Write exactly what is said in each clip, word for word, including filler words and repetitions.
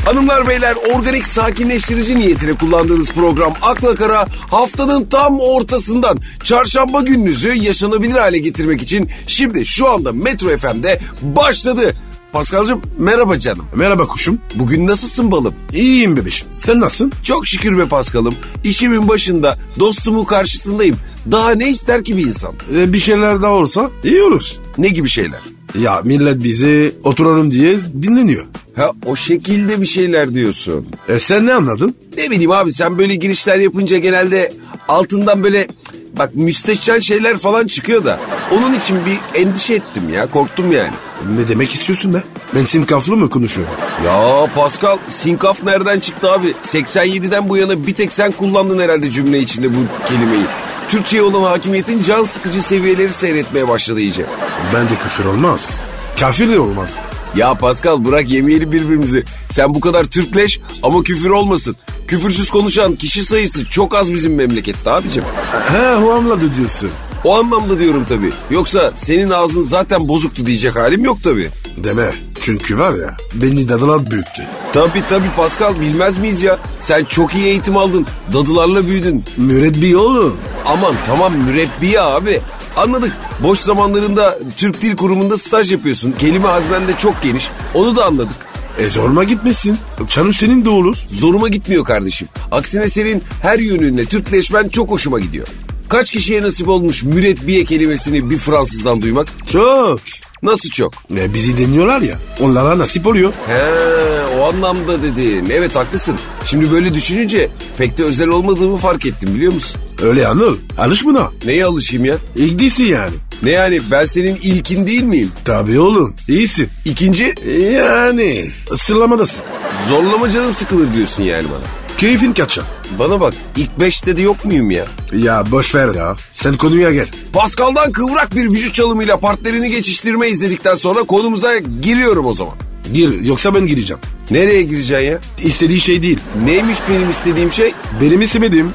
Hanımlar beyler, organik sakinleştirici niyetine kullandığınız program Akla Kara haftanın tam ortasından çarşamba gününüzü yaşanabilir hale getirmek için şimdi şu anda Metro F M'de başladı. Paskal'cığım merhaba canım. Merhaba kuşum. Bugün nasılsın balım? İyiyim bebeşim. Sen nasılsın? Çok şükür be Paskal'ım. İşimin başında, dostumun karşısındayım. Daha ne ister ki bir insan? Ee, bir şeyler daha olsa iyi olur. Ne gibi şeyler? Ya millet bizi oturalım diye dinleniyor. Ha, o şekilde bir şeyler diyorsun. E sen ne anladın? Ne bileyim abi, sen böyle girişler yapınca genelde altından böyle bak müstehcen şeyler falan çıkıyor da onun için bir endişe ettim ya, korktum yani. Ne demek istiyorsun be? Ben sinkaflı mı konuşuyorum? Ya Pascal, sinkaf nereden çıktı abi? seksen yediden bu yana bir tek sen kullandın herhalde cümle içinde bu kelimeyi. Türkçe'ye olan hakimiyetin can sıkıcı seviyeleri seyretmeye başladı iyice. Bende küfür olmaz. Kafir de olmaz. Ya Pascal, bırak yemeyelim birbirimizi. Sen bu kadar Türkleş ama küfür olmasın. Küfürsüz konuşan kişi sayısı çok az bizim memlekette abicim. He, o anladı diyorsun. O anlamda diyorum tabii. Yoksa senin ağzın zaten bozuktu diyecek halim yok tabii. Deme. Çünkü var ya, beni dadılar büyüttü. Tabii tabii Pascal, bilmez miyiz ya? Sen çok iyi eğitim aldın. Dadılarla büyüdün. Mürebbi oğlum. Aman tamam, mürebbiye abi. Anladık. Boş zamanlarında Türk Dil Kurumu'nda staj yapıyorsun. Kelime haznen de çok geniş. Onu da anladık. E zoruma gitmesin. Canım senin de olur. Zoruma gitmiyor kardeşim. Aksine senin her yönünle Türkleşmen çok hoşuma gidiyor. Kaç kişiye nasip olmuş mürebbiye kelimesini bir Fransızdan duymak? Çok. Nasıl çok? E bizi deniyorlar ya. Onlara nasip oluyor. He, o anlamda dedin. Evet, haklısın. Şimdi böyle düşününce pek de özel olmadığımı fark ettim, biliyor musun? Öyle Anıl. Alış buna. Neye alışayım ya? İlgisi yani. Ne yani, ben senin ilkin değil miyim? Tabii oğlum. İyisin. İkinci? Yani sırlamadasın. Zorlama canın sıkılır diyorsun yani bana. Keyfin kaçar. Bana bak, ilk beşte de yok muyum ya? Ya boş ver ya. Sen konuya gel. Pascal'dan kıvrak bir vücut çalımıyla partnerini geçiştirme izledikten sonra konumuza giriyorum o zaman. Gir, yoksa ben gireceğim. Nereye gireceksin ya? İstediği şey değil. Neymiş benim istediğim şey? Benim istemedim.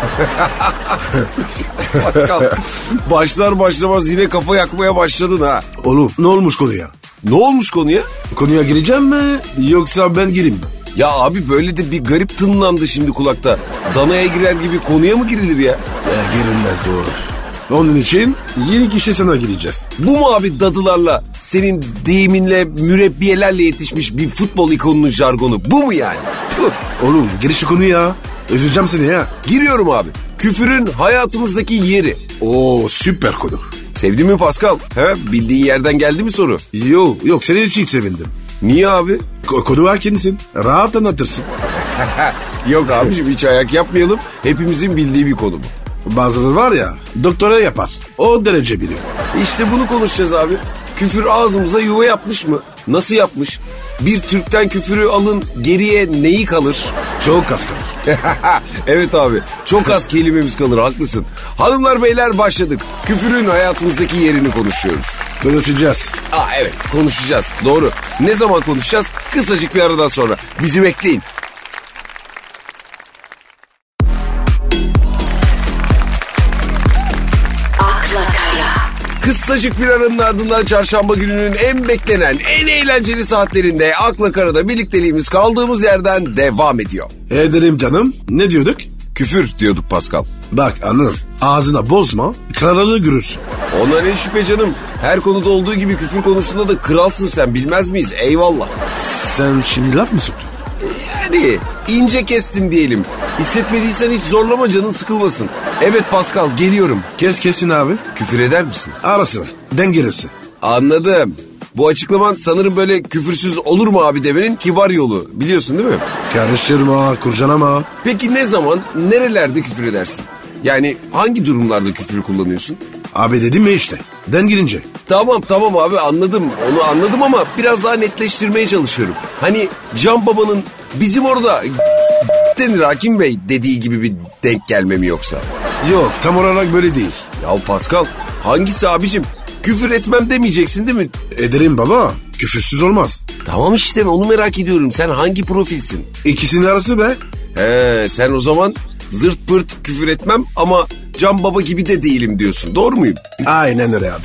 Pascal, başlar başlamaz yine kafa yakmaya başladın ha. Oğlum ne olmuş konuya? Ne olmuş konuya? Konuya gireceğim mi yoksa ben gireyim mi? Ya abi, böyle de bir garip tınlandı şimdi kulakta. Danaya girer gibi konuya mı girilir ya? Ya girilmez, doğru. Onun için yeni kişi sana gireceğiz. Bu mu abi dadılarla, senin deyiminle mürebbiyelerle yetişmiş bir futbol ikonunun jargonu? Bu mu yani? Tüh. Oğlum giriş konuya. Özleyeceğim seni ya. Giriyorum abi. Küfürün hayatımızdaki yeri. Oo, süper konu. Sevdin mi Pascal? He? Bildiğin yerden geldi mi soru? Yok yok, senin için sevindim. Niye abi? Ko- konu hakimsin. Rahat anlatırsın. Yok abiciğim, hiç ayak yapmayalım. Hepimizin bildiği bir konu bu. Bazıları var ya, doktora yapar. O derece biliyor. İşte bunu konuşacağız abi. Küfür ağzımıza yuva yapmış mı? Nasıl yapmış? Bir Türk'ten küfürü alın, geriye neyi kalır? Çok az kalır. Evet abi, çok az kelimemiz kalır, haklısın. Hanımlar beyler, başladık. Küfürün hayatımızdaki yerini konuşuyoruz. Konuşacağız. Aa evet, konuşacağız, doğru. Ne zaman konuşacağız? Kısacık bir aradan sonra. Bizi bekleyin. Kısacık bir aranın ardından çarşamba gününün en beklenen, en eğlenceli saatlerinde Akla Kara'da birlikteliğimiz kaldığımız yerden devam ediyor. Ederim canım. Ne diyorduk? Küfür diyorduk Pascal. Bak Anıl, ağzına bozma, krallığı görürsün. Ona ne şüphe canım. Her konuda olduğu gibi küfür konusunda da kralsın sen, bilmez miyiz? Eyvallah. Sen şimdi laf mı soktun? Yani ince kestim diyelim. Hissetmediysen hiç zorlama, canın sıkılmasın. Evet Pascal, geliyorum. Kes kesin abi. Küfür eder misin? Ara sıra. Dengelesi. Anladım. Bu açıklaman sanırım böyle küfürsüz olur mu abi demenin kibar yolu. Biliyorsun değil mi? Karıştırma, kurcalama. Peki ne zaman, nerelerde küfür edersin? Yani hangi durumlarda küfür kullanıyorsun? Abi dedim mi işte. Den girince. Tamam tamam abi, anladım. Onu anladım ama biraz daha netleştirmeye çalışıyorum. Hani Can Baba'nın bizim orada denir Hakim Bey dediği gibi bir denk gelme mi yoksa? Yok, tam olarak böyle değil. Ya Pascal, hangisi abicim? Küfür etmem demeyeceksin değil mi? Ederim baba. Küfürsüz olmaz. Tamam işte, onu merak ediyorum. Sen hangi profilsin? İkisinin arası be. He, sen o zaman zırt pırt küfür etmem ama Can Baba gibi de değilim diyorsun. Doğru muyum? Aynen öyle abi.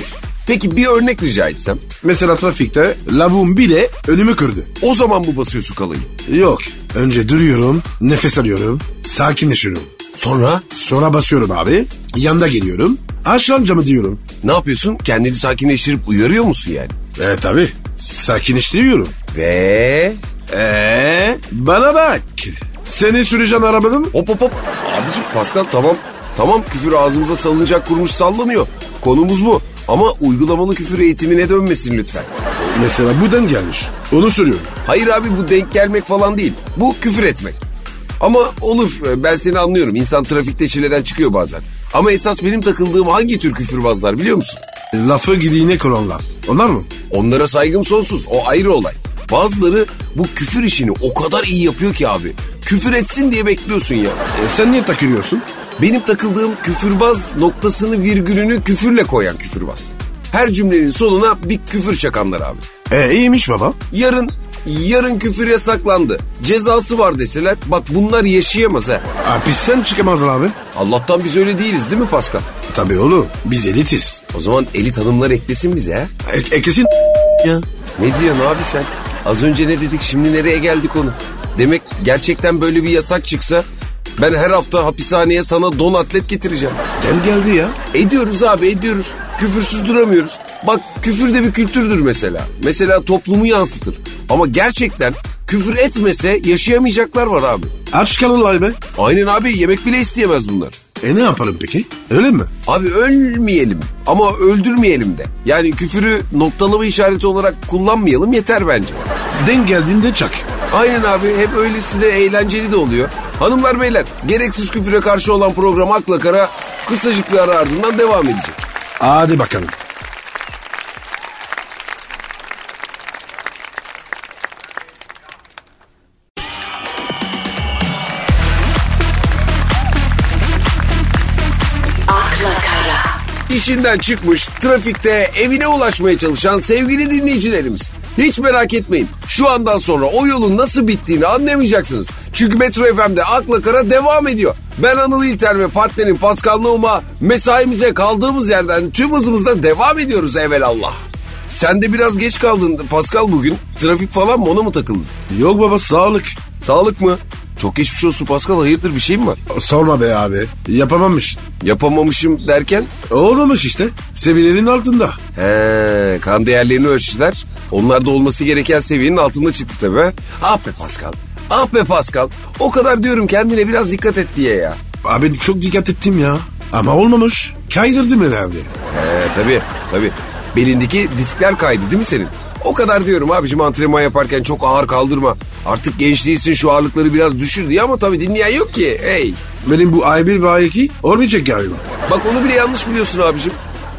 Peki bir örnek rica etsem? Mesela trafikte lavuğum bile önümü kırdı. O zaman bu basıyorsun kalayı. Yok. Önce duruyorum, nefes alıyorum, sakinleşiyorum. Sonra? Sonra basıyorum abi. Yanda geliyorum. Aç lan camı diyorum. Ne yapıyorsun? Kendini sakinleştirip uyarıyor musun yani? Evet tabii. Sakinleştiriyorum. Ve... Eee bana bak. Seni süreceğim arabanın. Hop hop hop. Abicim Pascal tamam. Tamam küfür ağzımıza salınacak kurmuş sallanıyor. Konumuz bu. Ama uygulamalı küfür eğitimine dönmesin lütfen. Mesela bu den gelmiş. Onu soruyorum. Hayır abi bu denk gelmek falan değil. Bu küfür etmek. Ama olur ben seni anlıyorum. İnsan trafikte çileden çıkıyor bazen. Ama esas benim takıldığım hangi tür küfürbazlar biliyor musun? Lafı gidiğine kuranlar. Onlar mı? Onlara saygım sonsuz. O ayrı olay. Bazıları bu küfür işini o kadar iyi yapıyor ki abi. Küfür etsin diye bekliyorsun ya. E sen niye takılıyorsun? Benim takıldığım küfürbaz noktasını virgülünü küfürle koyan küfürbaz. Her cümlenin sonuna bir küfür çakanlar abi. E iyiymiş baba. Yarın, yarın küfür yasaklandı. Cezası var deseler bak bunlar yaşayamaz ha. Hapisten çıkamazlar abi. Allah'tan biz öyle değiliz değil mi Pascal? Tabii oğlum biz elitiz. O zaman elit hanımlar eklesin bize ha. E eklesin ya. Ne diyorsun abi sen? Az önce ne dedik şimdi nereye geldik onu? Demek gerçekten böyle bir yasak çıksa ben her hafta hapishaneye sana don atlet getireceğim. Del geldi ya. Ediyoruz abi ediyoruz. Küfürsüz duramıyoruz. Bak küfür de bir kültürdür mesela. Mesela toplumu yansıtır. Ama gerçekten küfür etmese yaşayamayacaklar var abi. Aç kalırlar be. Aynen abi yemek bile isteyemez bunlar. E ne yapalım peki? Öyle mi? Abi ölmeyelim ama öldürmeyelim de. Yani küfürü noktalama işareti olarak kullanmayalım yeter bence. Denk geldiğinde çak. Aynen abi hep öylesi de eğlenceli de oluyor. Hanımlar beyler gereksiz küfüre karşı olan program Akla Kara kısacık bir ara ardından devam edecek. Hadi bakalım. İşinden çıkmış, trafikte evine ulaşmaya çalışan sevgili dinleyicilerimiz. Hiç merak etmeyin. Şu andan sonra o yolun nasıl bittiğini anlamayacaksınız. Çünkü Metro F M'de Akla Kara devam ediyor. Ben Anıl İlter ve partnerim Pascal Nohuma mesaimize kaldığımız yerden tüm hızımızla devam ediyoruz evelallah. Sen de biraz geç kaldın Pascal bugün. Trafik falan mı ona mı takıldın? Yok baba sağlık. Sağlık mı? Çok geçmiş olsun Pascal hayırdır bir şey mi var? Sorma be abi. Yapamamış. Yapamamışım derken? Olmamış işte. Seviyenin altında. He, kan değerlerini ölçtüler. Onlar da olması gereken seviyenin altında çıktı tabii. Ah be Pascal. Ah be Pascal. O kadar diyorum kendine biraz dikkat et diye ya. Abi çok dikkat ettim ya. Ama olmamış. Kaydırdım herhalde. He tabii tabii. Belindeki diskler kaydı değil mi senin? O kadar diyorum abicim antrenman yaparken çok ağır kaldırma. Artık genç değilsin şu ağırlıkları biraz düşür diye ama tabii dinleyen yok ki. Hey. Benim bu A bir ve A iki olmayacak galiba. Bak onu bile yanlış biliyorsun abicim.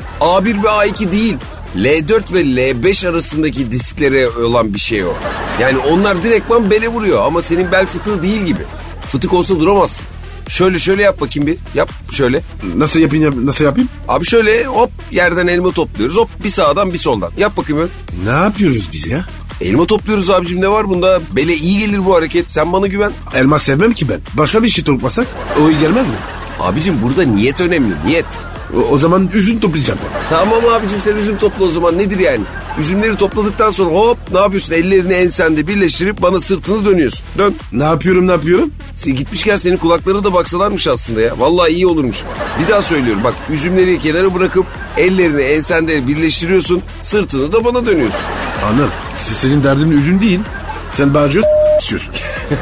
A bir ve A iki değil. L dört ve L beş arasındaki disklere olan bir şey o. Yani onlar direktman bele vuruyor ama senin bel fıtığı değil gibi. Fıtık olsa duramazsın. Şöyle şöyle yap bakayım bir. Yap şöyle. Nasıl yapayım yap, nasıl yapayım? Abi şöyle hop yerden elma topluyoruz. Hop bir sağdan bir soldan. Yap bakayım öyle. Ne yapıyoruz biz ya? Elma topluyoruz abicim ne var bunda? Bele iyi gelir bu hareket. Sen bana güven. Elma sevmem ki ben. Başka bir şey toplasak o iyi gelmez mi? Abicim burada niyet önemli. Niyet. O, o zaman üzüm toplayacağım ben. Tamam abicim sen üzüm topla o zaman. Nedir yani? Üzümleri topladıktan sonra hop ne yapıyorsun? Ellerini ensende birleştirip bana sırtını dönüyorsun. Dön. Ne yapıyorum ne yapıyorum? Sen gitmişken senin kulakları da baksalarmış aslında ya. Vallahi iyi olurmuş. Bir daha söylüyorum bak üzümleri kenara bırakıp ellerini ensende birleştiriyorsun. Sırtını da bana dönüyorsun. Anam senin derdin üzüm değil. Sen bağcı istiyorsun.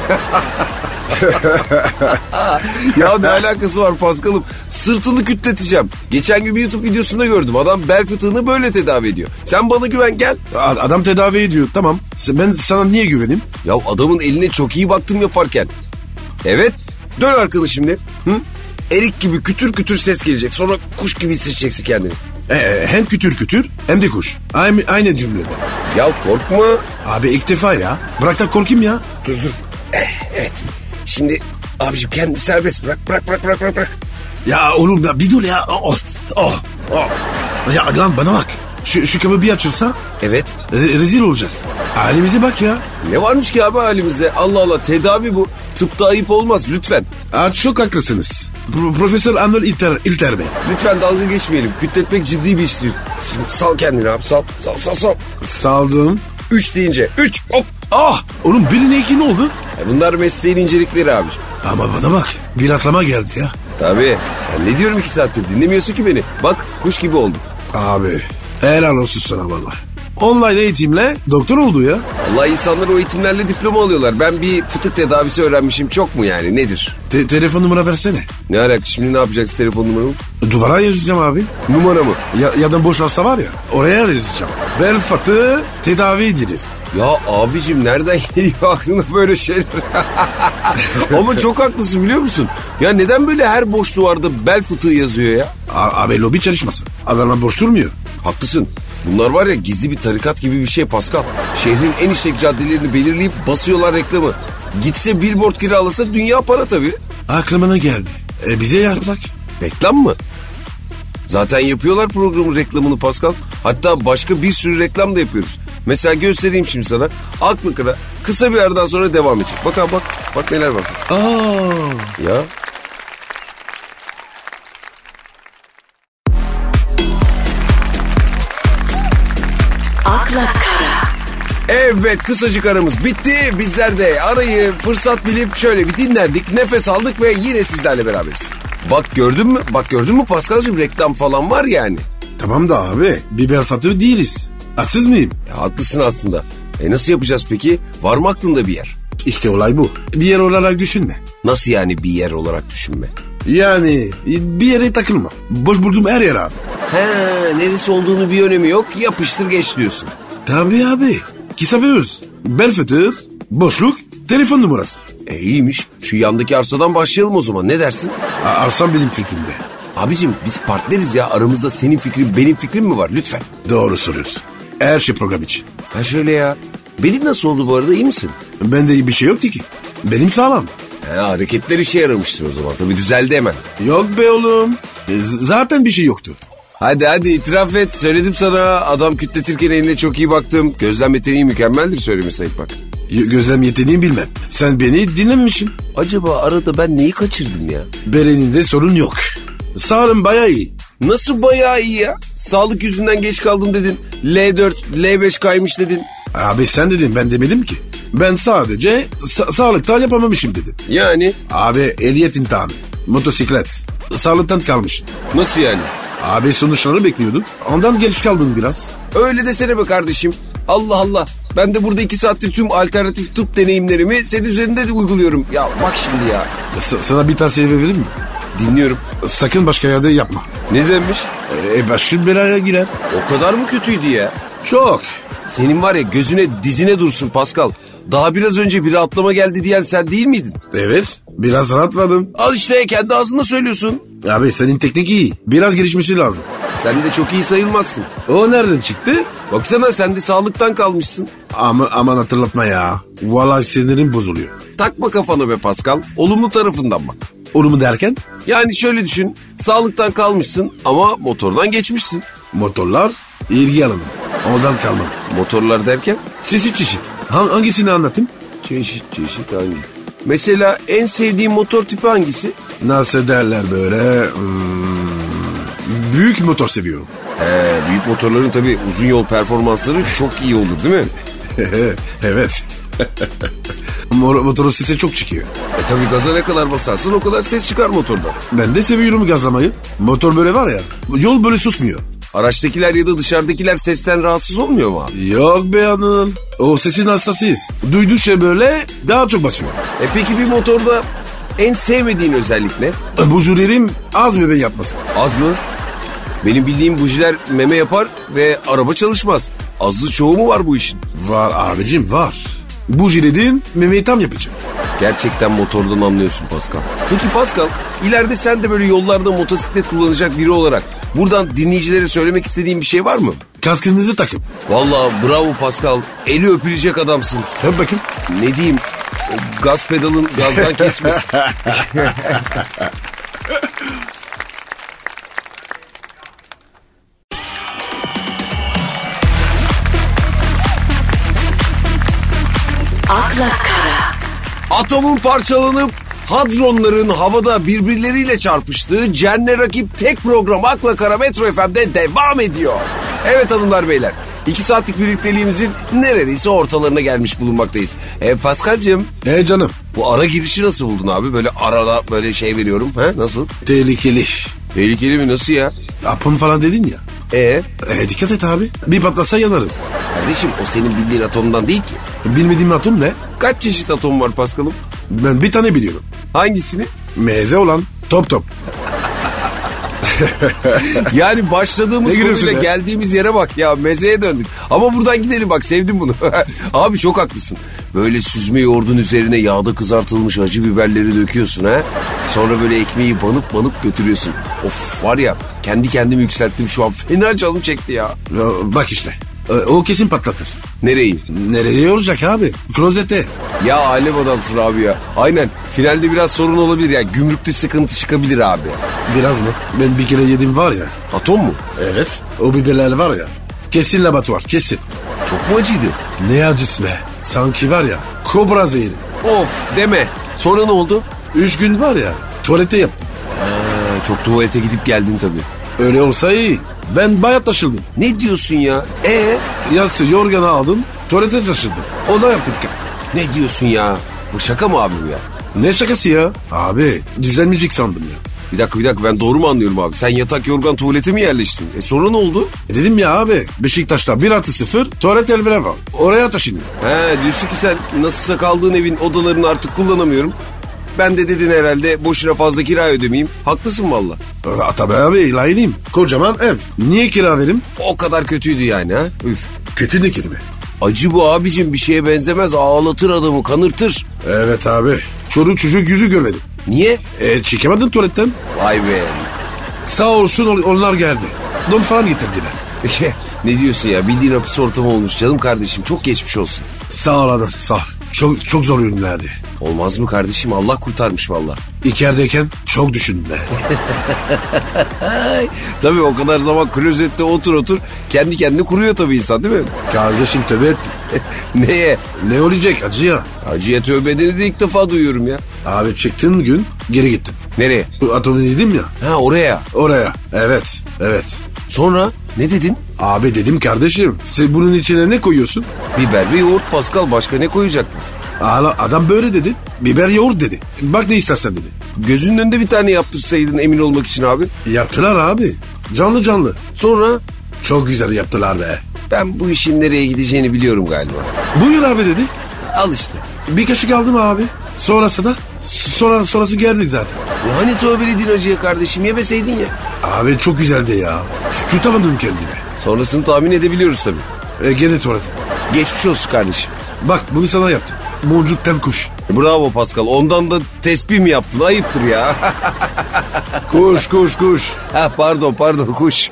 Ya ne alakası var Paskal'ım? Sırtını kütleteceğim. Geçen gün bir YouTube videosunda gördüm. Adam bel fıtığını böyle tedavi ediyor. Sen bana güven gel. Adam tedavi ediyor tamam. Ben sana niye güveneyim? Ya adamın eline çok iyi baktım yaparken. Evet. Dön arkanı şimdi. Hı? Erik gibi kütür kütür ses gelecek. Sonra kuş gibi hissedeceksin kendini. Ee, hem kütür kütür hem de kuş. Aynı, aynı cümlede. Ya korkma. Abi ilk defa ya. Bırak da korkayım ya. Dur dur. Eh, evet. Şimdi abicim kendini serbest bırak. Bırak bırak bırak bırak. bırak. Ya oğlum ya bir dur ya. Oh, oh, oh. Ya lan bana bak. Şu, şu kapı bir açılsa. Evet. Re- rezil olacağız. Halimize bak ya. Ne varmış ki abi halimizde? Allah Allah tedavi bu. Tıpta ayıp olmaz lütfen. Aa, çok haklısınız. Pro- Profesör Anıl İlter, İlter Bey. Lütfen dalga geçmeyelim. Kütletmek ciddi bir iştir. Şimdi sal kendini abi sal. Sal sal sal. Saldım. Üç deyince. Üç hop. Ah! Oğlum birine iki ne oldu? E bunlar mesleğin incelikleri abi. Ama bana bak. Bir atlama geldi ya. Tabii. Ya ne diyorum iki saattir dinlemiyorsun ki beni. Bak kuş gibi oldum. Abi. Helal olsun sana valla. Online eğitimle doktor oldu ya. Allah insanlar o eğitimlerle diploma alıyorlar. Ben bir fıtık tedavisi öğrenmişim. Çok mu yani nedir? Te- telefon numara versene. Ne alaka şimdi ne yapacaksın telefon numaramı? Duvara yazacağım abi. Numara mı? Ya, ya da boş hasta var ya. Oraya yazacağım. Bel fıtığı tedavi edilir. Ya abicim nereden geliyor aklına böyle şeyler? Ama çok haklısın biliyor musun? Ya neden böyle her boş duvarda bel fıtığı yazıyor ya? A- abi lobi çalışmasın. Adamlar boş durmuyor. Haklısın. Bunlar var ya gizli bir tarikat gibi bir şey Pascal. Şehrin en işlek caddelerini belirleyip basıyorlar reklamı. Gitse billboard kiralasa dünya para tabii. Aklıma ne geldi? E bize yapsak. Reklam mı? Zaten yapıyorlar programın reklamını Pascal. Hatta başka bir sürü reklam da yapıyoruz. Mesela göstereyim şimdi sana. Aklı kıra. Kısa bir aradan sonra devam edecek. Bak abi bak. Bak neler var. Aa. Ya. Akla Kara. Evet kısacık aramız bitti. Bizler de arayı fırsat bilip şöyle bir dinlendik. Nefes aldık ve yine sizlerle beraberiz. Bak gördün mü? Bak gördün mü Pascal'cığım reklam falan var yani. Tamam da abi biber fıtığı değiliz. Haksız mıyım? Ya haklısın aslında. E nasıl yapacağız peki? Var mı aklında bir yer? İşte olay bu. Bir yer olarak düşünme. Nasıl yani bir yer olarak düşünme? Yani bir yere takılma. Boş buldum her yer abi. He, neresi olduğunu bir önemi yok. Yapıştır geç diyorsun. Tabii abi. Kısa bir öz. Bel fıtığı, boşluk, telefon numarası. E iyiymiş. Şu yandaki arsadan başlayalım o zaman. Ne dersin? A- Arslan benim fikrimde. Abicim biz partneriz ya. Aramızda senin fikrin benim fikrim mi var? Lütfen. Doğru soruyorsun. Her şey program için. Ha şöyle ya. Belin nasıl oldu bu arada iyi misin? Bende iyi bir şey yoktu ki. Benim sağlam. He, hareketler işe yaramıştır o zaman. Tabii düzeldi hemen. Yok be oğlum. E, z- zaten bir şey yoktu. Hadi hadi itiraf et. Söyledim sana adam kütletirken eline çok iyi baktım. Gözlem yeteneği mükemmeldir söylemesi ayıp bak. Y- gözlem yeteneğini bilmem. Sen beni dinlemişsin. Acaba arada ben neyi kaçırdım ya? Bereninde sorun yok. Sağlım bayağı iyi. Nasıl bayağı iyi ya? Sağlık yüzünden geç kaldım dedin. L dört, L beş kaymış dedin. Abi sen dedin ben demedim ki. Ben sadece sa- sağlıktan yapamamışım dedim. Yani? Abi ehliyet imtihanı, motosiklet, sağlıktan kalmış. Nasıl yani? Abi sonuçları bekliyordum. Ondan geç kaldın biraz. Öyle desene be kardeşim. Allah Allah. Ben de burada iki saattir tüm alternatif tıp deneyimlerimi senin üzerinde de uyguluyorum. Ya bak şimdi ya. S- sana bir tavsiye vereyim mi? Dinliyorum. Sakın başka yerde yapma. Ne demiş? E başın belaya girer. O kadar mı kötüydü ya? Çok. Senin var ya gözüne dizine dursun Pascal. Daha biraz önce biri atlama geldi diyen sen değil miydin? Evet. Biraz rahatladım. Al işte kendi ağzında söylüyorsun. Abi senin teknik iyi. Biraz gelişmesi lazım. Sen de çok iyi sayılmazsın. O nereden çıktı? Baksana sen de sağlıktan kalmışsın. Ama aman hatırlatma ya. Vallahi sinirim bozuluyor. Takma kafana be Pascal. Olumlu tarafından bak. Onu derken? Yani şöyle düşün. Sağlıktan kalmışsın ama motordan geçmişsin. Motorlar ilgi alanım. Ondan kalmam. Motorlar derken? Çeşit çeşit. Ha- hangisini anlatayım? Çeşit çeşit hangi? Mesela en sevdiğin motor tipi hangisi? Nasıl derler böyle? Hmm, büyük motor seviyorum. He, büyük motorların tabii uzun yol performansları çok iyi olur değil mi? Evet. Mo- Motorun sesi çok çıkıyor. E tabii gaza ne kadar basarsan o kadar ses çıkar motordan. Ben de seviyorum gazlamayı. Motor böyle var ya, yol böyle susmuyor. Araçtakiler ya da dışarıdakiler sesten rahatsız olmuyor mu abi? Yok be Anıl. O sesin hastasıyız. Duydukça böyle daha çok basıyor. E peki bir motorda en sevmediğin özellik ne? Bujilerim az bebe yapmasın. Az mı? Benim bildiğim bujiler meme yapar ve araba çalışmaz. Azlı çoğu mu var bu işin? Var abicim var. Bujiledin memeyi tam yapacak. Gerçekten motordan anlıyorsun Pascal. Peki Pascal, ileride sen de böyle yollarda motosiklet kullanacak biri olarak buradan dinleyicilere söylemek istediğin bir şey var mı? Kaskınızı takın. Vallahi bravo Pascal, eli öpülecek adamsın. Tabii bakayım. Ne diyeyim, gaz pedalın gazdan kesmesin. Akla Kara. Atomun parçalanıp hadronların havada birbirleriyle çarpıştığı cenne rakip tek program Akla Kara Metro F M'de devam ediyor. Evet hanımlar beyler, iki saatlik birlikteliğimizin neredeyse ortalarına gelmiş bulunmaktayız. E Paskal'cığım. E canım. Bu ara girişi nasıl buldun abi? Böyle arada böyle şey veriyorum. He nasıl? Tehlikeli. Tehlikeli mi, nasıl ya? Apın falan dedin ya. E E dikkat et abi. Bir patlasa yanarız. Kardeşim o senin bildiğin atomdan değil ki. Bilmediğim atom ne? Kaç çeşit atom var Paskal'ım? Ben bir tane biliyorum. Hangisini? Meze olan top top. Yani başladığımız Ne konuyla ya? geldiğimiz yere bak ya, mezeye döndük. Ama buradan gidelim, bak sevdim bunu. Abi çok haklısın. Böyle süzme yoğurdun üzerine yağda kızartılmış acı biberleri döküyorsun ha. Sonra böyle ekmeği banıp banıp götürüyorsun. Of var ya, kendi kendimi yükselttim şu an. Fena canım çekti ya. Ya, bak işte. E, O kesin patlatır. Nereyi? Nereye olacak abi? Klozete. Ya alem adamsın abi ya. Aynen. Finalde biraz sorun olabilir ya. Gümrükte sıkıntı çıkabilir abi. Biraz mı? Ben bir kere yedim var ya. Atom mu? Evet. O biberler var ya. Kesin laboratuvar kesin. Çok mu acıydı? Ne acısı be. Sanki var ya. Kobra zehri. Of deme. Sonra ne oldu? Üç gün var ya. Tuvalete yaptım. Ha, çok tuvalete gidip geldin tabii. Öyle olsa iyi. Ben bayat taşıldım. Ne diyorsun ya? E Yassı yorganı aldım. Tuvalete taşıdım. O da yaptım kat. ne diyorsun ya? Bu şaka mı abi bu ya? Ne şakası ya? Abi düzelmeyecek sandım ya. Bir dakika bir dakika, ben doğru mu anlıyorum abi? Sen yatak yorgan tuvalete mi yerleştin? E sonra ne oldu? E dedim ya abi Beşiktaş'ta bir artı sıfır tuvalet elbire var. Oraya taşındım. He diyorsun ki sen nasılsa kaldığın evin odalarını artık kullanamıyorum. Ben de dedin herhalde boşuna fazla kira ödemeyeyim. Haklısın valla. Aa, tabii abi layığıyım. Kocaman ev. Niye kira verim? O kadar kötüydü yani ha? Üf. Kötü ne kelime? Acı bu abicim, bir şeye benzemez, ağlatır adamı, kanırtır. Evet abi. Çocuk çocuk yüzü görmedim. Niye? E çıkamadım tuvaletten. Vay be. Sağ olsun on- onlar geldi. Don falan getirdiler. Ne diyorsun ya, bildiğin hapis ortamı olmuş canım kardeşim, çok geçmiş olsun. Sağ ol Adar sağ ol. Çok, çok zor ürünlerdi. Olmaz mı kardeşim, Allah kurtarmış valla. İçerideyken çok düşündüm be. Tabii o kadar zaman klozette otur otur kendi kendine kuruyor tabii insan, değil mi? Kardeşim tövbe ettim. Neye? Ne olacak acı ya? Acıya tövbe edeni de ilk defa duyuyorum ya. Abi çıktığın gün geri gittim. Nereye? Bu atomu dedim ya. Ha oraya. Oraya. Evet. Evet. Sonra ne dedin? Abi dedim kardeşim sen bunun içine ne koyuyorsun? Biber ve yoğurt Pascal, başka ne koyacak mı? Hala adam böyle dedi. Biber yoğurt dedi. Bak ne istersen dedi. Gözünün önünde bir tane yaptırsaydın emin olmak için abi. Yaptılar abi. Canlı canlı. Sonra Çok güzel yaptılar be. ben bu işin nereye gideceğini biliyorum galiba. Buyur abi dedi. Al işte. Bir kaşık aldım abi. Sonrası da sonra sonrası geldik zaten. Ya hani tövbelediğin acıya kardeşim, yemeseydin ya. Abi çok güzeldi ya. Tutamadım kendine. Sonrasını tahmin edebiliyoruz tabii. E, gene tuvalete. Geçmiş olsun kardeşim. Bak bunu sana yaptım. Boncuktan kuş. Bravo Pascal. Ondan da tespih mi yaptın? Ayıptır ya. Kuş kuş kuş. ha pardon pardon kuş.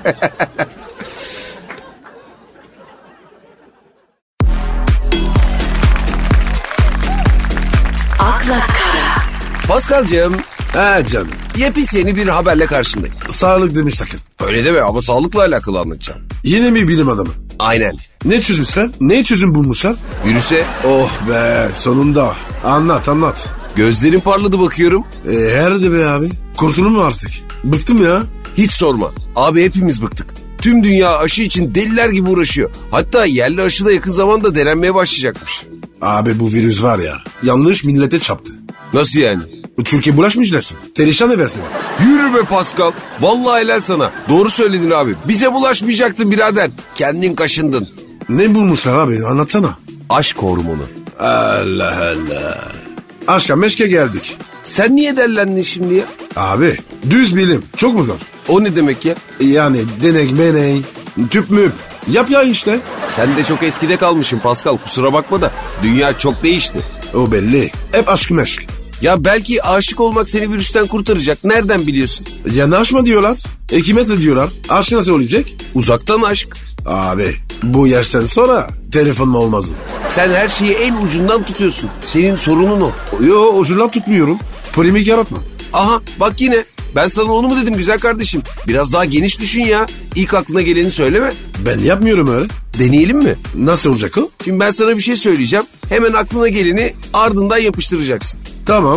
akla kara, Pascal'cığım, He canım. yepyeni bir haberle karşındayım. Sağlık demiş sakın. Öyle deme ama sağlıkla alakalı anlatacağım. Yine mi bilim adamı? Aynen. Ne çözmüşler? Ne çözüm bulmuşlar? Virüse Oh be sonunda. Anlat anlat. gözlerin parladı bakıyorum. E, herhalde be abi. Kurtulur mu artık? Bıktım ya. Hiç sorma. Abi hepimiz bıktık. Tüm dünya aşı için deliler gibi uğraşıyor. Hatta yerli aşı da yakın zamanda denenmeye başlayacakmış. Abi bu virüs var ya. Yanlış millete çaptı. Nasıl yani? Türkiye bulaşmış dersin. Perişan edersin. Yürü be Pascal. Vallahi helal sana. Doğru söyledin abi. Bize bulaşmayacaktı birader. Kendin kaşındın. Ne bulmuşlar abi anlatsana. Aşk hormonu. Allah Allah. Aşka meşke geldik. Sen niye dellendin şimdi ya? Abi düz bilim çok mu zor? O ne demek ya? Yani denek meney tüp müp yap ya işte. Sen de çok eskide kalmışsın Pascal, kusura bakma da. Dünya çok değişti. O belli. Hep aşk meşk. Ya belki aşık olmak seni virüsten kurtaracak. Nereden biliyorsun? Yani aşma diyorlar. Ekimetle diyorlar. Aşk nasıl olacak? Uzaktan aşk. Abi bu yaştan sonra telefon mu olmaz mı? Sen her şeyi en ucundan tutuyorsun. Senin sorunun o. Yo ucundan tutmuyorum. Polemik yaratma. Aha bak yine. Ben sana onu mu dedim güzel kardeşim? Biraz daha geniş düşün ya. İlk aklına geleni söyleme. Ben yapmıyorum öyle. Deneyelim mi? Nasıl olacak o? Şimdi ben sana bir şey söyleyeceğim. Hemen aklına geleni ardından yapıştıracaksın. Tamam.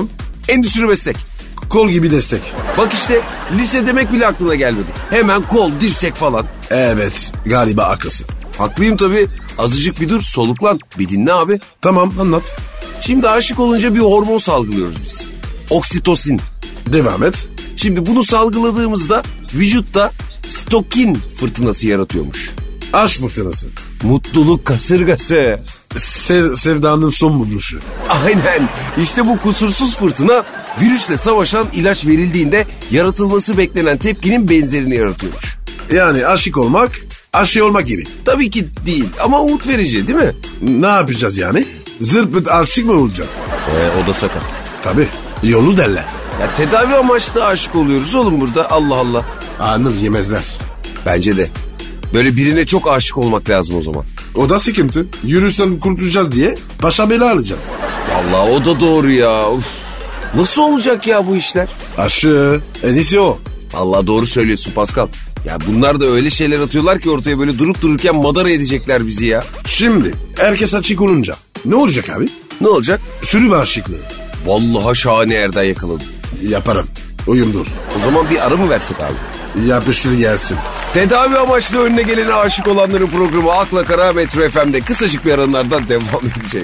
Endüstri meslek. Kol gibi destek. Bak işte lise demek bile aklına gelmedi. Hemen kol, dirsek falan. Evet galiba haklısın. Haklıyım tabii. Azıcık bir dur, soluklan. Bir dinle abi. Tamam anlat. Şimdi aşık olunca bir hormon salgılıyoruz biz. Oksitosin. Devam et. Şimdi bunu salgıladığımızda vücutta stokin fırtınası yaratıyormuş. Aşk fırtınası. Mutluluk kasırgası. Sev, sevdanın son buluşu. Aynen. İşte bu kusursuz fırtına virüsle savaşan ilaç verildiğinde yaratılması beklenen tepkinin benzerini yaratıyormuş. Yani aşık olmak, aşı olmak gibi. Tabii ki değil ama umut verici değil mi? Ne yapacağız yani? Zırpıt aşık mı olacağız? Ee, o da sakat. Tabii. Yolu derler. Ya tedavi amaçlı aşık oluyoruz oğlum burada. Allah Allah. Anır yemezler. Bence de. Böyle birine çok aşık olmak lazım o zaman. O da sıkıntı. Yürüsten kurtulacağız diye paşa bela alacağız. Vallahi o da doğru ya. Uf. Nasıl olacak ya bu işler? Aşı. En iyisi o. Allah doğru söylüyorsun Pascal. Ya bunlar da öyle şeyler atıyorlar ki ortaya böyle durup dururken madara edecekler bizi ya. Şimdi herkes açık olunca ne olacak abi? Ne olacak? Sürü aşıklığı. Vallahi şahane yerden yakaladım. Yaparım. Uyumdur. O zaman bir ara mı versek abi? Yapıştır gelsin. Tedavi amaçlı önüne gelene aşık olanların programı Akla Kara Metro F M'de kısacık bir aranlardan devam edecek.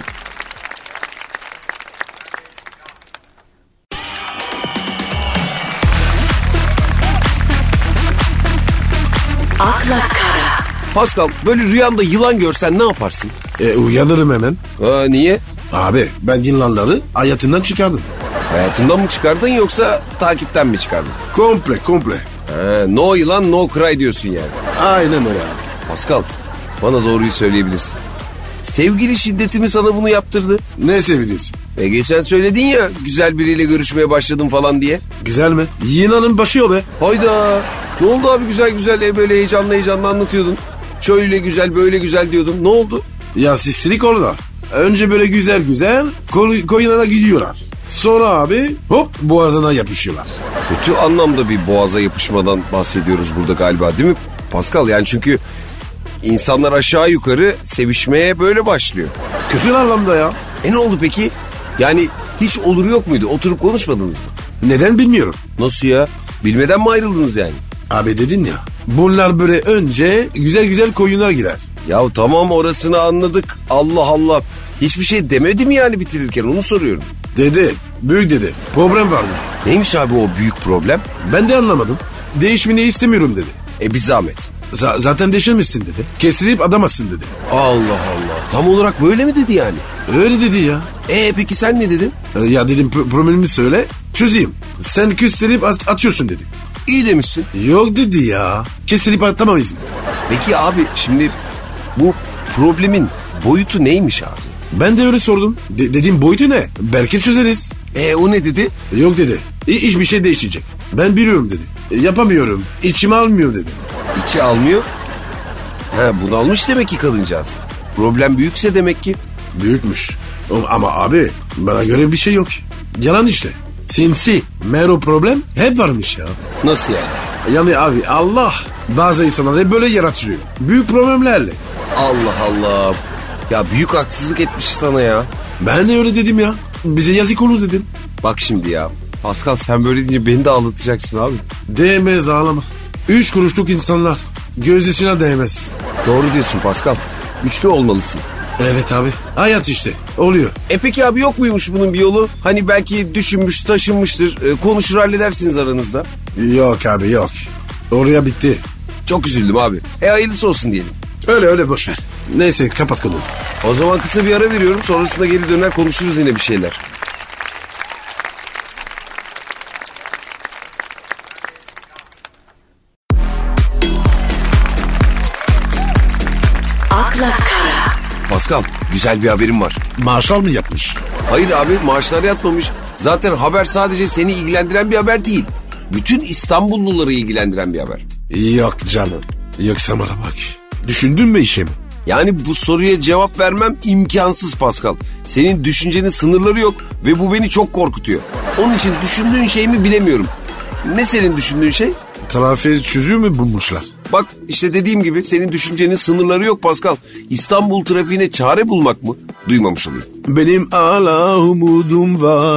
Akla Kara. Pascal, böyle rüyanda yılan görsen ne yaparsın? E uyanırım hemen. Ha, niye? Abi ben yılanları hayatından çıkardım. Hayatından mı çıkardın yoksa takipten mi çıkardın? Komple komple. Ha, no yılan no cry diyorsun yani. Aynen öyle abi. Pascal, bana doğruyu söyleyebilirsin. Sevgili şiddeti mi sana bunu yaptırdı? Ne sevdiniz? E geçen söyledin ya güzel biriyle görüşmeye başladım falan diye. Güzel mi? Yılanın başı o be. Hayda. Ne oldu abi güzel güzel e böyle heyecanlı heyecanlı anlatıyordun. Şöyle güzel böyle güzel diyordun. Ne oldu? Ya sislik orada. Önce böyle güzel güzel koy, koyuna gidiyorlar. Sonra abi hop boğazına yapışıyorlar. Kötü anlamda bir boğaza yapışmadan bahsediyoruz burada galiba değil mi Pascal? Yani çünkü insanlar aşağı yukarı sevişmeye böyle başlıyor. Kötü anlamda ya. E ne oldu peki? Yani hiç oluru yok muydu? Oturup konuşmadınız mı? Neden bilmiyorum. Nasıl ya? Bilmeden mi ayrıldınız yani? Abi dedin ya bunlar böyle önce güzel güzel koyunlar girer. Ya tamam orasını anladık. Allah Allah. Hiçbir şey demedim yani bitirirken onu soruyorum. Dedi büyük dedi problem vardı. Neymiş abi o büyük problem? Ben de anlamadım. Değişmeni istemiyorum dedi. E bir zahmet. Z- zaten değişemezsin dedi. Kesilip adamazsın dedi. Allah Allah. Tam olarak böyle mi dedi yani? Öyle dedi ya. E peki sen ne dedin? Ya dedim pro- problemimi söyle çözeyim. Sen küstürüp at- atıyorsun dedi. İyi demişsin. Yok dedi ya. Kesilip atamayız mı? Peki abi şimdi bu problemin boyutu neymiş abi? Ben de öyle sordum. De- dedim boyutu ne? Belki çözeriz. E o ne dedi? Yok dedi. Hi- Hiçbir şey değişecek. Ben biliyorum dedi. E, yapamıyorum. İçime almıyor dedi. İçi almıyor. He bunalmış demek ki kadıncağız. Problem büyükse demek ki. Büyükmüş. O- Ama abi bana göre bir şey yok. Yalan işte. Sinsi. Mero problem hep varmış ya. Nasıl yani? Yani abi Allah bazı insanları böyle yaratıyor. Büyük problemlerle. Allah Allah. Ya büyük haksızlık etmiş sana ya. Ben de öyle dedim ya. Bize yazık olur dedim. Bak şimdi ya. Pascal sen böyle deyince beni de ağlatacaksın abi. Değmez ağlama. Üç kuruşluk insanlar. Gözdesine değmez. Doğru diyorsun Pascal. Güçlü olmalısın. Evet abi. Hayat işte. Oluyor. E peki abi yok muymuş bunun bir yolu? Hani belki düşünmüş, taşınmıştır. E, konuşur halledersiniz aranızda. Yok abi yok. Oraya bitti. Çok üzüldüm abi. E hayırlısı olsun diyelim. Öyle öyle boş ver. Neyse kapat konuyu. O zaman kısa bir ara veriyorum. Sonrasında geri döner konuşuruz yine bir şeyler. Akla Kara. Pascal, güzel bir haberim var. Maaşlar mı yapmış? Hayır abi, maaşlar yatmamış. Zaten haber sadece seni ilgilendiren bir haber değil. Bütün İstanbulluları ilgilendiren bir haber. Yok canım. Yoksa bana bak. Düşündün mü işimi? Yani bu soruya cevap vermem imkansız Pascal. Senin düşüncenin sınırları yok ve bu beni çok korkutuyor. Onun için düşündüğün şey mi bilemiyorum. Ne senin düşündüğün şey? Trafiği çözüyor mu bulmuşlar? Bak işte dediğim gibi senin düşüncenin sınırları yok Pascal. İstanbul trafiğine çare bulmak mı? Duymamış olayım. Benim hala umudum var.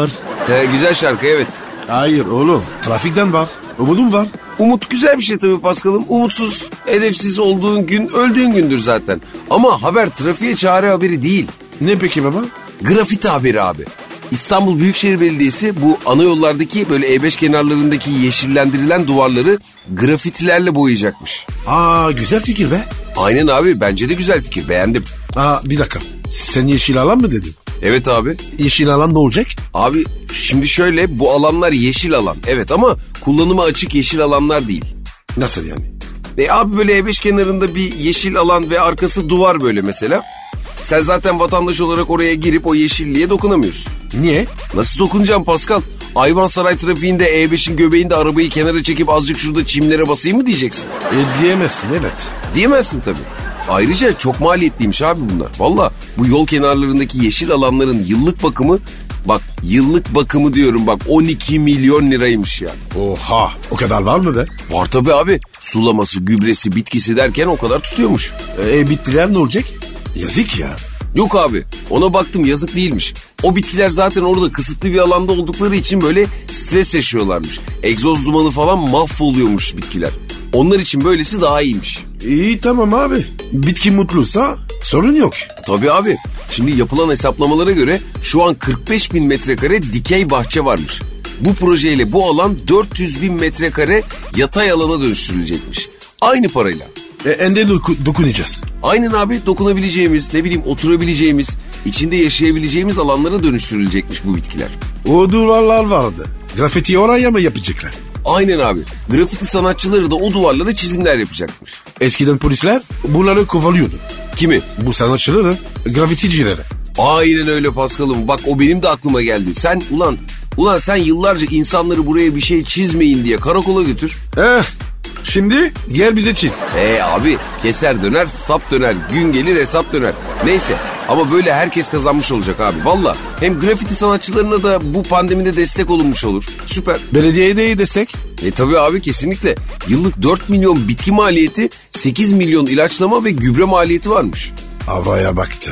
He, güzel şarkı evet. Hayır oğlum. Trafikten var. Umudum var. Umut güzel bir şey tabii Paskal'ım. Umutsuz, hedefsiz olduğun gün öldüğün gündür zaten. Ama haber trafiğe çare haberi değil. Ne peki baba? Grafiti haberi abi. İstanbul Büyükşehir Belediyesi bu ana yollardaki böyle E beş kenarlarındaki yeşillendirilen duvarları grafitilerle boyayacakmış. Aa güzel fikir be. Aynen abi, bence de güzel fikir, beğendim. Aa bir dakika. Sen yeşil alan mı dedin? Evet abi. Yeşil alan ne olacak? Abi şimdi şöyle, bu alanlar yeşil alan. Evet ama kullanıma açık yeşil alanlar değil. Nasıl yani? E abi böyle E beş kenarında bir yeşil alan ve arkası duvar böyle mesela. Sen zaten vatandaş olarak oraya girip o yeşilliğe dokunamıyorsun. Niye? Nasıl dokunacağım Pascal? Ayvansaray trafiğinde E beşin göbeğinde arabayı kenara çekip azıcık şurada çimlere basayım mı diyeceksin? E diyemezsin evet. Diyemezsin tabii. Ayrıca çok maliyetliymiş abi bunlar. Valla bu yol kenarlarındaki yeşil alanların yıllık bakımı, bak yıllık bakımı diyorum bak, on iki milyon liraymış ya. Oha, o kadar var mı be? Var tabii abi. Sulaması, gübresi, bitkisi derken o kadar tutuyormuş. E bitkiler ne olacak? Yazık ya. Yok abi, ona baktım, yazık değilmiş. O bitkiler zaten orada kısıtlı bir alanda oldukları için böyle stres yaşıyorlarmış. Egzoz dumanı falan mahvoluyormuş bitkiler. Onlar için böylesi daha iyiymiş. İyi tamam abi. Bitki mutluysa sorun yok. Tabii abi. Şimdi yapılan hesaplamalara göre şu an kırk beş bin metrekare dikey bahçe varmış. Bu projeyle bu alan dört yüz bin metrekare yatay alana dönüştürülecekmiş. Aynı parayla. E, ende doku- dokunacağız. Aynen abi, dokunabileceğimiz, ne bileyim oturabileceğimiz, içinde yaşayabileceğimiz alanlara dönüştürülecekmiş bu bitkiler. O duvarlar vardı. Grafiti oraya mı yapacaklar? Aynen abi. Grafiti sanatçıları da o duvarlara çizimler yapacakmış. Eskiden polisler bunları kovalıyordu. Kimi? Bu sanatçıları, grafiticileri. Aynen öyle Paskal'ım. Bak o benim de aklıma geldi. Sen ulan, ulan sen yıllarca insanları buraya bir şey çizmeyin diye karakola götür. Eh, şimdi gel bize çiz. Ee abi, keser döner sap döner, gün gelir hesap döner. Neyse ama böyle herkes kazanmış olacak abi valla. Hem grafiti sanatçılarına da bu pandemide destek olunmuş olur. Süper. Belediyeye de iyi destek. E tabii abi, kesinlikle. Yıllık dört milyon bitki maliyeti, sekiz milyon ilaçlama ve gübre maliyeti varmış. Havaya baktı.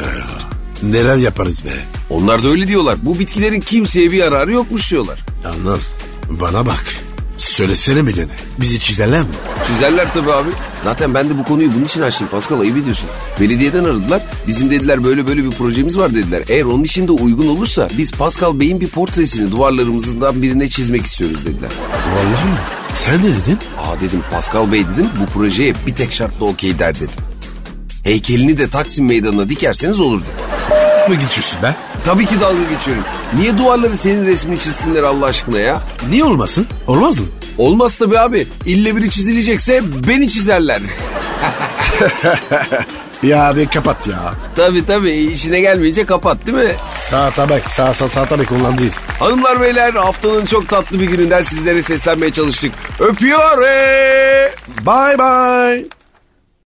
Neler yaparız be. Onlar da öyle diyorlar. Bu bitkilerin kimseye bir yararı yokmuş diyorlar. Anlar. Bana bak. Söylesene bilene. Bizi çizerler mi? Çizerler tabii abi. Zaten ben de bu konuyu bunun için açtım Pascal, ayıp ediyorsun. Belediyeden aradılar. Bizim dediler böyle böyle bir projemiz var dediler. Eğer onun için de uygun olursa biz Pascal Bey'in bir portresini duvarlarımızdan birine çizmek istiyoruz dediler. Vallahi mi? Sen ne dedin? Aa dedim, Pascal Bey dedim, bu projeye bir tek şartla okey der dedim. Heykelini de Taksim Meydanı'na dikerseniz olur dedim. Ne geçiyorsun be? Tabii ki dalga geçiyorum. Niye duvarları senin resmini çizsinler Allah aşkına ya? Niye olmasın? Olmaz mı? Olmaz tabii abi. İlle biri çizilecekse beni çizerler. Ya hadi kapat ya. Tabii tabii, işine gelmeyince kapat değil mi? Sağ tabak, sağ sağ sağ tabak ondan değil. Hanımlar beyler, haftanın çok tatlı bir gününden sizlere seslenmeye çalıştık. Öpüyorum. Bye bye.